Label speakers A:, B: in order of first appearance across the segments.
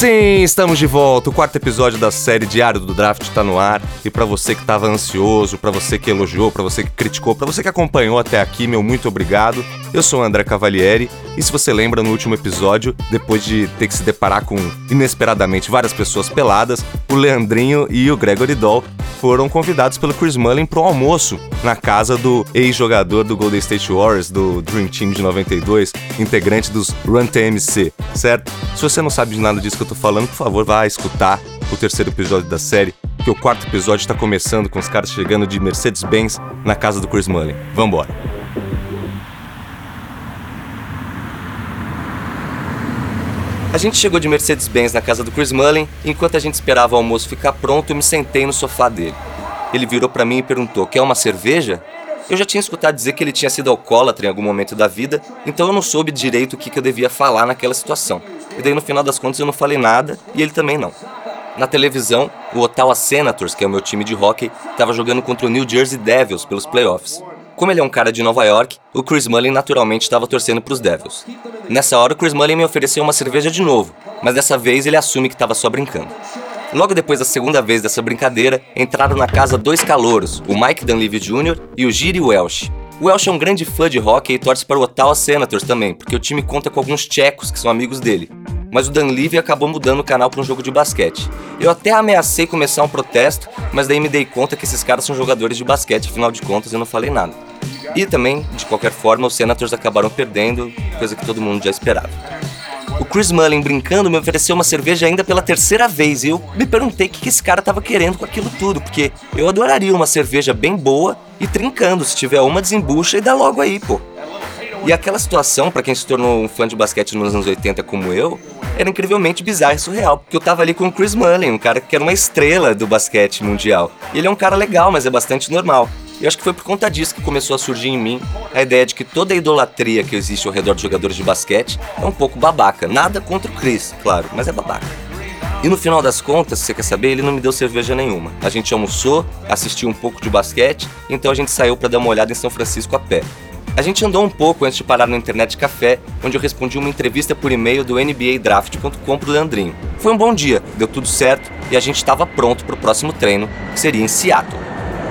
A: Sim, estamos de volta. O quarto episódio da série Diário do Draft tá no ar. E pra você que tava ansioso, pra você que elogiou, pra você que criticou, pra você que acompanhou até aqui, meu muito obrigado. Eu sou o André Cavalieri. E se você lembra, no último episódio, depois de ter que se deparar com, inesperadamente, várias pessoas peladas, o Leandrinho e o Gregory Doll foram convidados pelo Chris Mullin para um almoço na casa do ex-jogador do Golden State Warriors, do Dream Team de 92, integrante dos Run TMC, certo? Se você não sabe de nada disso que eu tô falando, por favor, vá escutar o terceiro episódio da série, que o quarto episódio tá começando com os caras chegando de Mercedes-Benz na casa do Chris Mullin. Vambora! A gente chegou de Mercedes-Benz na casa do Chris Mullin, e enquanto a gente esperava o almoço ficar pronto, eu me sentei no sofá dele. Ele virou pra mim e perguntou: quer uma cerveja? Eu já tinha escutado dizer que ele tinha sido alcoólatra em algum momento da vida, então eu não soube direito o que eu devia falar naquela situação. E daí no final das contas eu não falei nada, e ele também não. Na televisão, o Ottawa Senators, que é o meu time de hóquei, estava jogando contra o New Jersey Devils pelos playoffs. Como ele é um cara de Nova York, o Chris Mullin naturalmente estava torcendo para os Devils. Nessa hora, o Chris Mullin me ofereceu uma cerveja de novo, mas dessa vez ele assume que estava só brincando. Logo depois da segunda vez dessa brincadeira, entraram na casa dois calouros, o Mike Dunleavy Jr. e o Jiri Welsh. O Welsh é um grande fã de hóquei e torce para o Ottawa Senators também, porque o time conta com alguns tchecos que são amigos dele. Mas o Dunleavy acabou mudando o canal para um jogo de basquete. Eu até ameacei começar um protesto, mas daí me dei conta que esses caras são jogadores de basquete, afinal de contas eu não falei nada. E também, de qualquer forma, os Senators acabaram perdendo, coisa que todo mundo já esperava. O Chris Mullin, brincando, me ofereceu uma cerveja ainda pela terceira vez, e eu me perguntei o que esse cara tava querendo com aquilo tudo, porque eu adoraria uma cerveja bem boa e trincando, se tiver uma desembucha e dá logo aí, pô. E aquela situação, pra quem se tornou um fã de basquete nos anos 80 como eu, era incrivelmente bizarra e surreal, porque eu tava ali com o Chris Mullin, um cara que era uma estrela do basquete mundial. E ele é um cara legal, mas é bastante normal. E acho que foi por conta disso que começou a surgir em mim a ideia de que toda a idolatria que existe ao redor de jogadores de basquete é um pouco babaca. Nada contra o Chris, claro, mas é babaca. E no final das contas, se você quer saber, ele não me deu cerveja nenhuma. A gente almoçou, assistiu um pouco de basquete, então a gente saiu pra dar uma olhada em São Francisco a pé. A gente andou um pouco antes de parar no Internet Café, onde eu respondi uma entrevista por e-mail do NBADraft.com pro Leandrinho. Foi um bom dia, deu tudo certo e a gente estava pronto pro próximo treino, que seria em Seattle.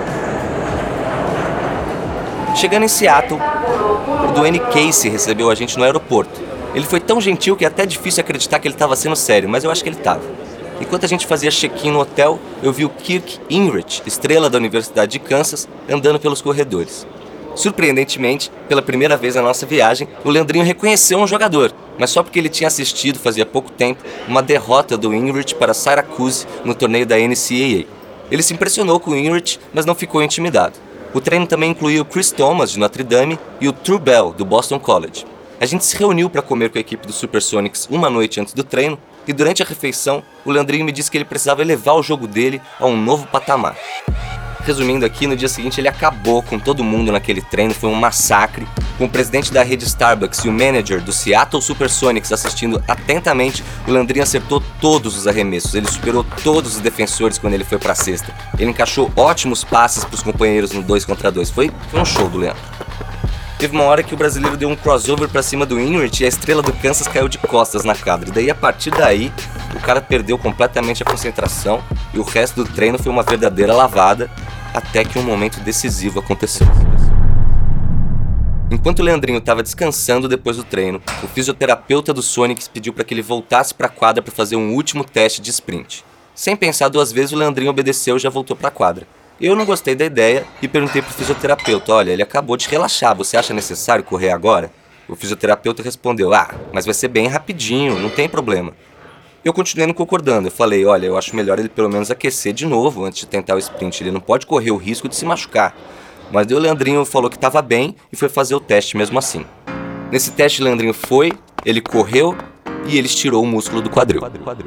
A: Chegando em Seattle, o Dwayne Casey recebeu a gente no aeroporto. Ele foi tão gentil que é até difícil acreditar que ele estava sendo sério, mas eu acho que ele estava. Enquanto a gente fazia check-in no hotel, eu vi o Kirk Hinrich, estrela da Universidade de Kansas, andando pelos corredores. Surpreendentemente, pela primeira vez na nossa viagem, o Leandrinho reconheceu um jogador, mas só porque ele tinha assistido, fazia pouco tempo, uma derrota do Hinrich para Syracuse no torneio da NCAA. Ele se impressionou com o Hinrich, mas não ficou intimidado. O treino também incluía o Chris Thomas, de Notre Dame, e o True Bell, do Boston College. A gente se reuniu para comer com a equipe do Supersonics uma noite antes do treino, e durante a refeição, o Leandrinho me disse que ele precisava elevar o jogo dele a um novo patamar. Resumindo aqui, no dia seguinte ele acabou com todo mundo naquele treino, foi um massacre, com o presidente da rede Starbucks e o manager do Seattle Supersonics assistindo atentamente. O Leandrinho acertou todos os arremessos, ele superou todos os defensores quando ele foi pra cesta. Ele encaixou ótimos passes pros companheiros no 2 contra 2, foi um show do Leandro. Teve uma hora que o brasileiro deu um crossover pra cima do Hinrich e a estrela do Kansas caiu de costas na quadra. E daí, a partir daí, o cara perdeu completamente a concentração e o resto do treino foi uma verdadeira lavada, até que um momento decisivo aconteceu. Enquanto o Leandrinho estava descansando depois do treino, o fisioterapeuta do Sonics pediu para que ele voltasse para a quadra para fazer um último teste de sprint. Sem pensar duas vezes, o Leandrinho obedeceu e já voltou para a quadra. Eu não gostei da ideia e perguntei pro fisioterapeuta: olha, ele acabou de relaxar, você acha necessário correr agora? O fisioterapeuta respondeu: mas vai ser bem rapidinho, não tem problema. Eu continuei não concordando, eu falei: olha, eu acho melhor ele pelo menos aquecer de novo antes de tentar o sprint, ele não pode correr o risco de se machucar. Mas daí o Leandrinho falou que estava bem e foi fazer o teste mesmo assim. Nesse teste o Leandrinho foi, ele correu e ele estirou o músculo do quadril.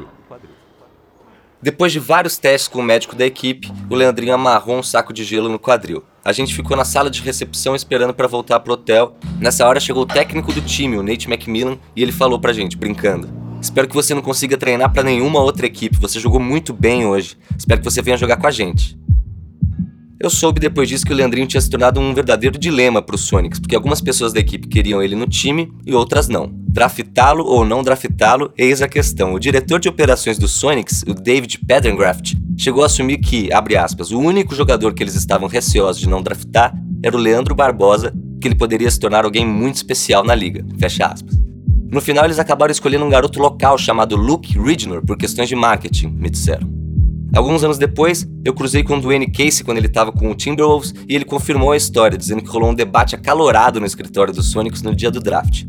A: Depois de vários testes com o médico da equipe, o Leandrinho amarrou um saco de gelo no quadril. A gente ficou na sala de recepção esperando para voltar pro hotel. Nessa hora chegou o técnico do time, o Nate McMillan, e ele falou pra gente, brincando: espero que você não consiga treinar pra nenhuma outra equipe, você jogou muito bem hoje. Espero que você venha jogar com a gente. Eu soube depois disso que o Leandrinho tinha se tornado um verdadeiro dilema para os Sonics, porque algumas pessoas da equipe queriam ele no time e outras não. Draftá-lo ou não draftá-lo, eis a questão. O diretor de operações dos Sonics, o David Pendergraft, chegou a assumir que, abre aspas, o único jogador que eles estavam receosos de não draftar era o Leandro Barbosa, que ele poderia se tornar alguém muito especial na liga, fecha aspas. No final, eles acabaram escolhendo um garoto local chamado Luke Ridgener por questões de marketing, me disseram. Alguns anos depois, eu cruzei com o Dwayne Casey quando ele estava com o Timberwolves e ele confirmou a história, dizendo que rolou um debate acalorado no escritório dos Sonics no dia do draft.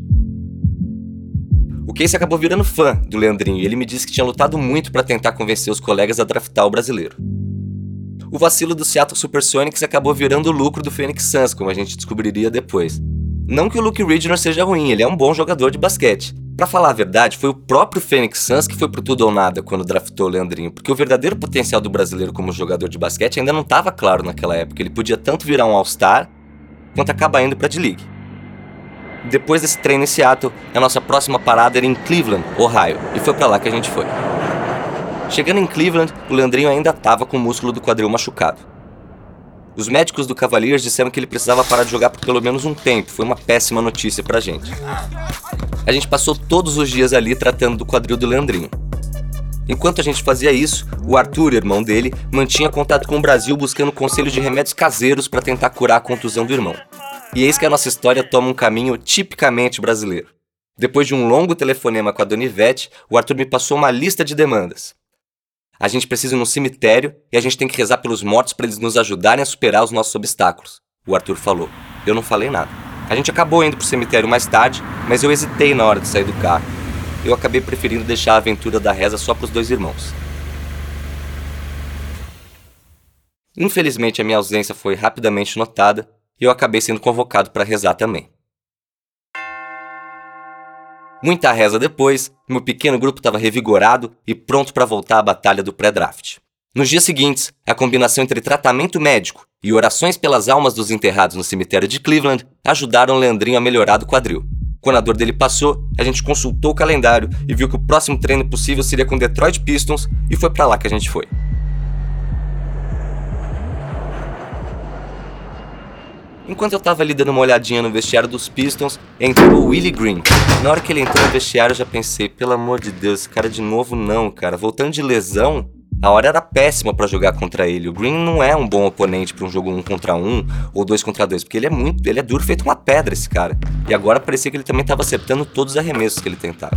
A: O Casey acabou virando fã do Leandrinho e ele me disse que tinha lutado muito para tentar convencer os colegas a draftar o brasileiro. O vacilo do Seattle Supersonics acabou virando o lucro do Phoenix Suns, como a gente descobriria depois. Não que o Luke Ridgener seja ruim, ele é um bom jogador de basquete. Pra falar a verdade, foi o próprio Phoenix Suns que foi pro tudo ou nada quando draftou o Leandrinho, porque o verdadeiro potencial do brasileiro como jogador de basquete ainda não estava claro naquela época. Ele podia tanto virar um All-Star, quanto acabar indo pra D-League. Depois desse treino em Seattle, a nossa próxima parada era em Cleveland, Ohio, e foi pra lá que a gente foi. Chegando em Cleveland, o Leandrinho ainda estava com o músculo do quadril machucado. Os médicos do Cavaliers disseram que ele precisava parar de jogar por pelo menos um tempo. Foi uma péssima notícia pra gente. A gente passou todos os dias ali tratando do quadril do Leandrinho. Enquanto a gente fazia isso, o Arthur, irmão dele, mantinha contato com o Brasil buscando conselhos de remédios caseiros para tentar curar a contusão do irmão. E eis que a nossa história toma um caminho tipicamente brasileiro. Depois de um longo telefonema com a dona Ivete, o Arthur me passou uma lista de demandas. A gente precisa ir num cemitério e a gente tem que rezar pelos mortos para eles nos ajudarem a superar os nossos obstáculos. O Arthur falou. Eu não falei nada. A gente acabou indo pro cemitério mais tarde, mas eu hesitei na hora de sair do carro. Eu acabei preferindo deixar a aventura da reza só pros dois irmãos. Infelizmente, a minha ausência foi rapidamente notada e eu acabei sendo convocado para rezar também. Muita reza depois, meu pequeno grupo estava revigorado e pronto para voltar à batalha do pré-draft. Nos dias seguintes, a combinação entre tratamento médico e orações pelas almas dos enterrados no cemitério de Cleveland ajudaram o Leandrinho a melhorar do quadril. Quando a dor dele passou, a gente consultou o calendário e viu que o próximo treino possível seria com o Detroit Pistons e foi para lá que a gente foi. Enquanto eu tava ali dando uma olhadinha no vestiário dos Pistons, entrou o Willie Green. Na hora que ele entrou no vestiário, eu já pensei, pelo amor de Deus, esse cara de novo não, cara. Voltando de lesão, a hora era péssima pra jogar contra ele. O Green não é um bom oponente pra um jogo 1 contra 1 ou 2 contra 2, porque ele é duro feito uma pedra, esse cara. E agora parecia que ele também tava acertando todos os arremessos que ele tentava.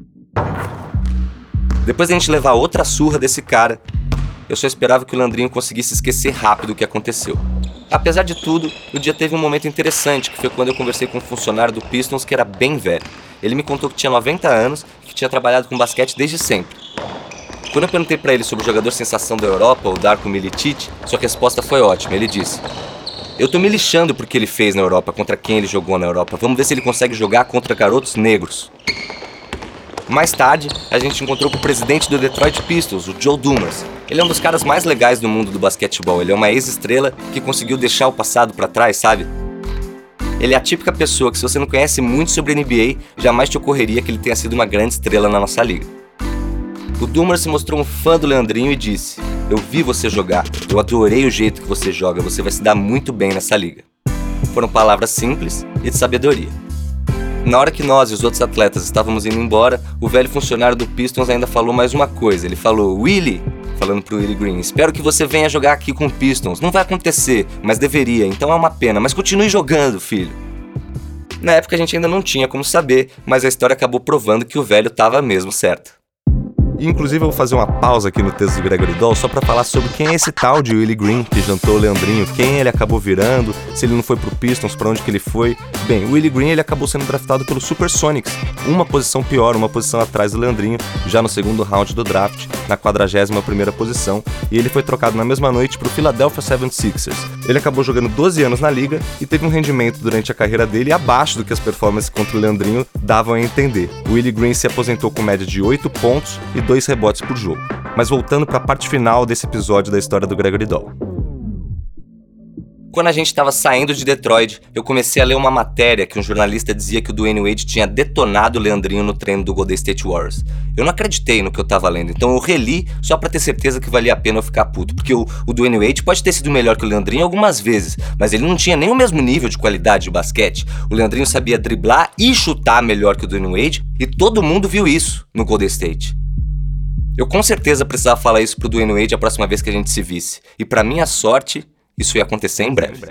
A: Depois da gente levar outra surra desse cara, eu só esperava que o Leandrinho conseguisse esquecer rápido o que aconteceu. Apesar de tudo, o dia teve um momento interessante, que foi quando eu conversei com um funcionário do Pistons que era bem velho. Ele me contou que tinha 90 anos e que tinha trabalhado com basquete desde sempre. Quando eu perguntei pra ele sobre o jogador sensação da Europa, o Darko Milicic, sua resposta foi ótima. Ele disse: eu tô me lixando por que ele fez na Europa, contra quem ele jogou na Europa. Vamos ver se ele consegue jogar contra garotos negros. Mais tarde, a gente encontrou com o presidente do Detroit Pistons, o Joe Dumars. Ele é um dos caras mais legais do mundo do basquetebol. Ele é uma ex-estrela que conseguiu deixar o passado pra trás, sabe? Ele é a típica pessoa que, se você não conhece muito sobre NBA, jamais te ocorreria que ele tenha sido uma grande estrela na nossa liga. O Dumars se mostrou um fã do Leandrinho e disse: eu vi você jogar, eu adorei o jeito que você joga, você vai se dar muito bem nessa liga. Foram palavras simples e de sabedoria. Na hora que nós e os outros atletas estávamos indo embora, o velho funcionário do Pistons ainda falou mais uma coisa. Ele falou: Willie, falando pro Willie Green, espero que você venha jogar aqui com o Pistons. Não vai acontecer, mas deveria, então é uma pena. Mas continue jogando, filho. Na época a gente ainda não tinha como saber, mas a história acabou provando que o velho estava mesmo certo.
B: E, inclusive, eu vou fazer uma pausa aqui no texto do Gregory Doll só pra falar sobre quem é esse tal de Willie Green que jantou o Leandrinho, quem ele acabou virando, se ele não foi pro Pistons, pra onde que ele foi. Bem, o Willie Green ele acabou sendo draftado pelo Supersonics, uma posição pior, uma posição atrás do Leandrinho, já no segundo round do draft, na 41ª posição, e ele foi trocado na mesma noite pro Philadelphia 76ers. Ele acabou jogando 12 anos na liga e teve um rendimento durante a carreira dele abaixo do que as performances contra o Leandrinho davam a entender. O Willie Green se aposentou com média de 8 pontos e 2 rebotes por jogo. Mas voltando para a parte final desse episódio da história do Gregory Doll.
A: Quando a gente estava saindo de Detroit, eu comecei a ler uma matéria que um jornalista dizia que o Dwyane Wade tinha detonado o Leandrinho no treino do Golden State Warriors. Eu não acreditei no que eu tava lendo, então eu reli só pra ter certeza que valia a pena eu ficar puto. Porque o Dwyane Wade pode ter sido melhor que o Leandrinho algumas vezes, mas ele não tinha nem o mesmo nível de qualidade de basquete. O Leandrinho sabia driblar e chutar melhor que o Dwyane Wade, e todo mundo viu isso no Golden State. Eu com certeza precisava falar isso pro Dwyane Wade a próxima vez que a gente se visse. E pra minha sorte, isso ia acontecer em breve.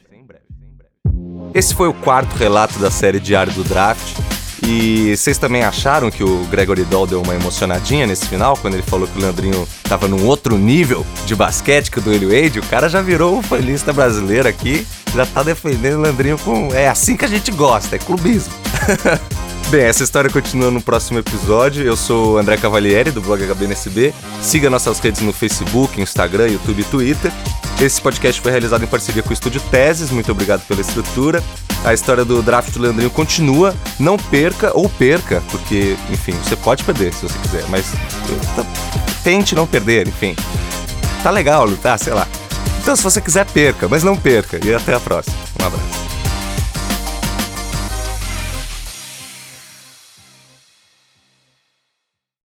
B: Esse foi o quarto relato da série Diário do Draft. E vocês também acharam que o Gregory Doll deu uma emocionadinha nesse final, quando ele falou que o Leandrinho tava num outro nível de basquete que o Dwyane Wade? O cara já virou um fanista brasileiro aqui, já tá defendendo o Leandrinho com... É assim que a gente gosta, é clubismo. Bem, essa história continua no próximo episódio. Eu sou o André Cavalieri, do blog HBNSB. Siga nossas redes no Facebook, Instagram, YouTube e Twitter. Esse podcast foi realizado em parceria com o Estúdio Teses. Muito obrigado pela estrutura. A história do draft do Leandrinho continua. Não perca ou perca, porque, enfim, você pode perder se você quiser, mas tente não perder, enfim. Tá legal lutar, sei lá. Então, se você quiser, perca, mas não perca. E até a próxima. Um abraço.